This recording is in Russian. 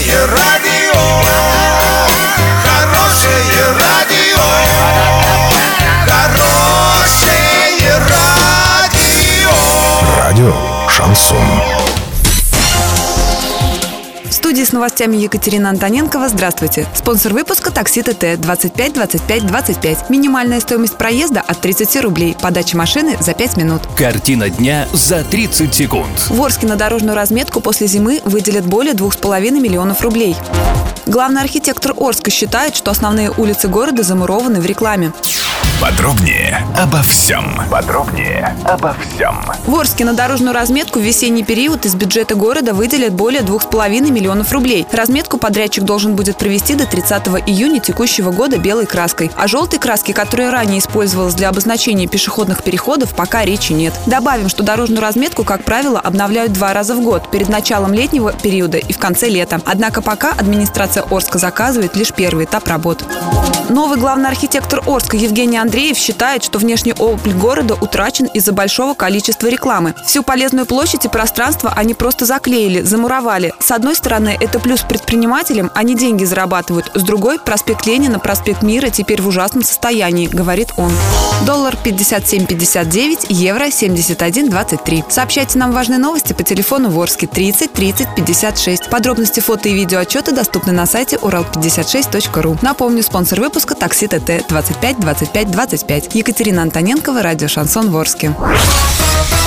радио, хорошее радио, хорошее радио. Радио Шансон. В студии с новостями Екатерина Антоненкова. Здравствуйте. Спонсор выпуска «Такси ТТ» 25 25 25. Минимальная стоимость проезда от 30 рублей. Подача машины за 5 минут. Картина дня за 30 секунд. В Орске на дорожную разметку после зимы выделят более 2,5 миллионов рублей. Главный архитектор Орска считает, что основные улицы города замурованы в рекламе. Подробнее обо всем. В Орске на дорожную разметку в весенний период из бюджета города выделят более 2,5 миллионов рублей. Разметку подрядчик должен будет провести до 30 июня текущего года белой краской. О желтой краске, которая ранее использовалась для обозначения пешеходных переходов, пока речи нет. Добавим, что дорожную разметку, как правило, обновляют 2 раза в год, перед началом летнего периода и в конце лета. Однако пока администрация Орска заказывает лишь первый этап работ. Новый главный архитектор Орска Евгений Андреев считает, что внешний облик города утрачен из-за большого количества рекламы. Всю Полезную площадь и пространство они просто заклеили, замуровали. С одной стороны, это плюс предпринимателям, они деньги зарабатывают. С другой, проспект Ленина, проспект Мира теперь в ужасном состоянии, говорит он. Доллар 57.59, евро 71.23. Сообщайте нам важные новости по телефону в Орске 30 30 56. Подробности, фото и видеоотчеты доступны на сайте урал56.ру. Напомню, спонсор выпуска «Такси ТТ» 25 25 25. Екатерина Антоненкова, радио «Шансон» в Орске.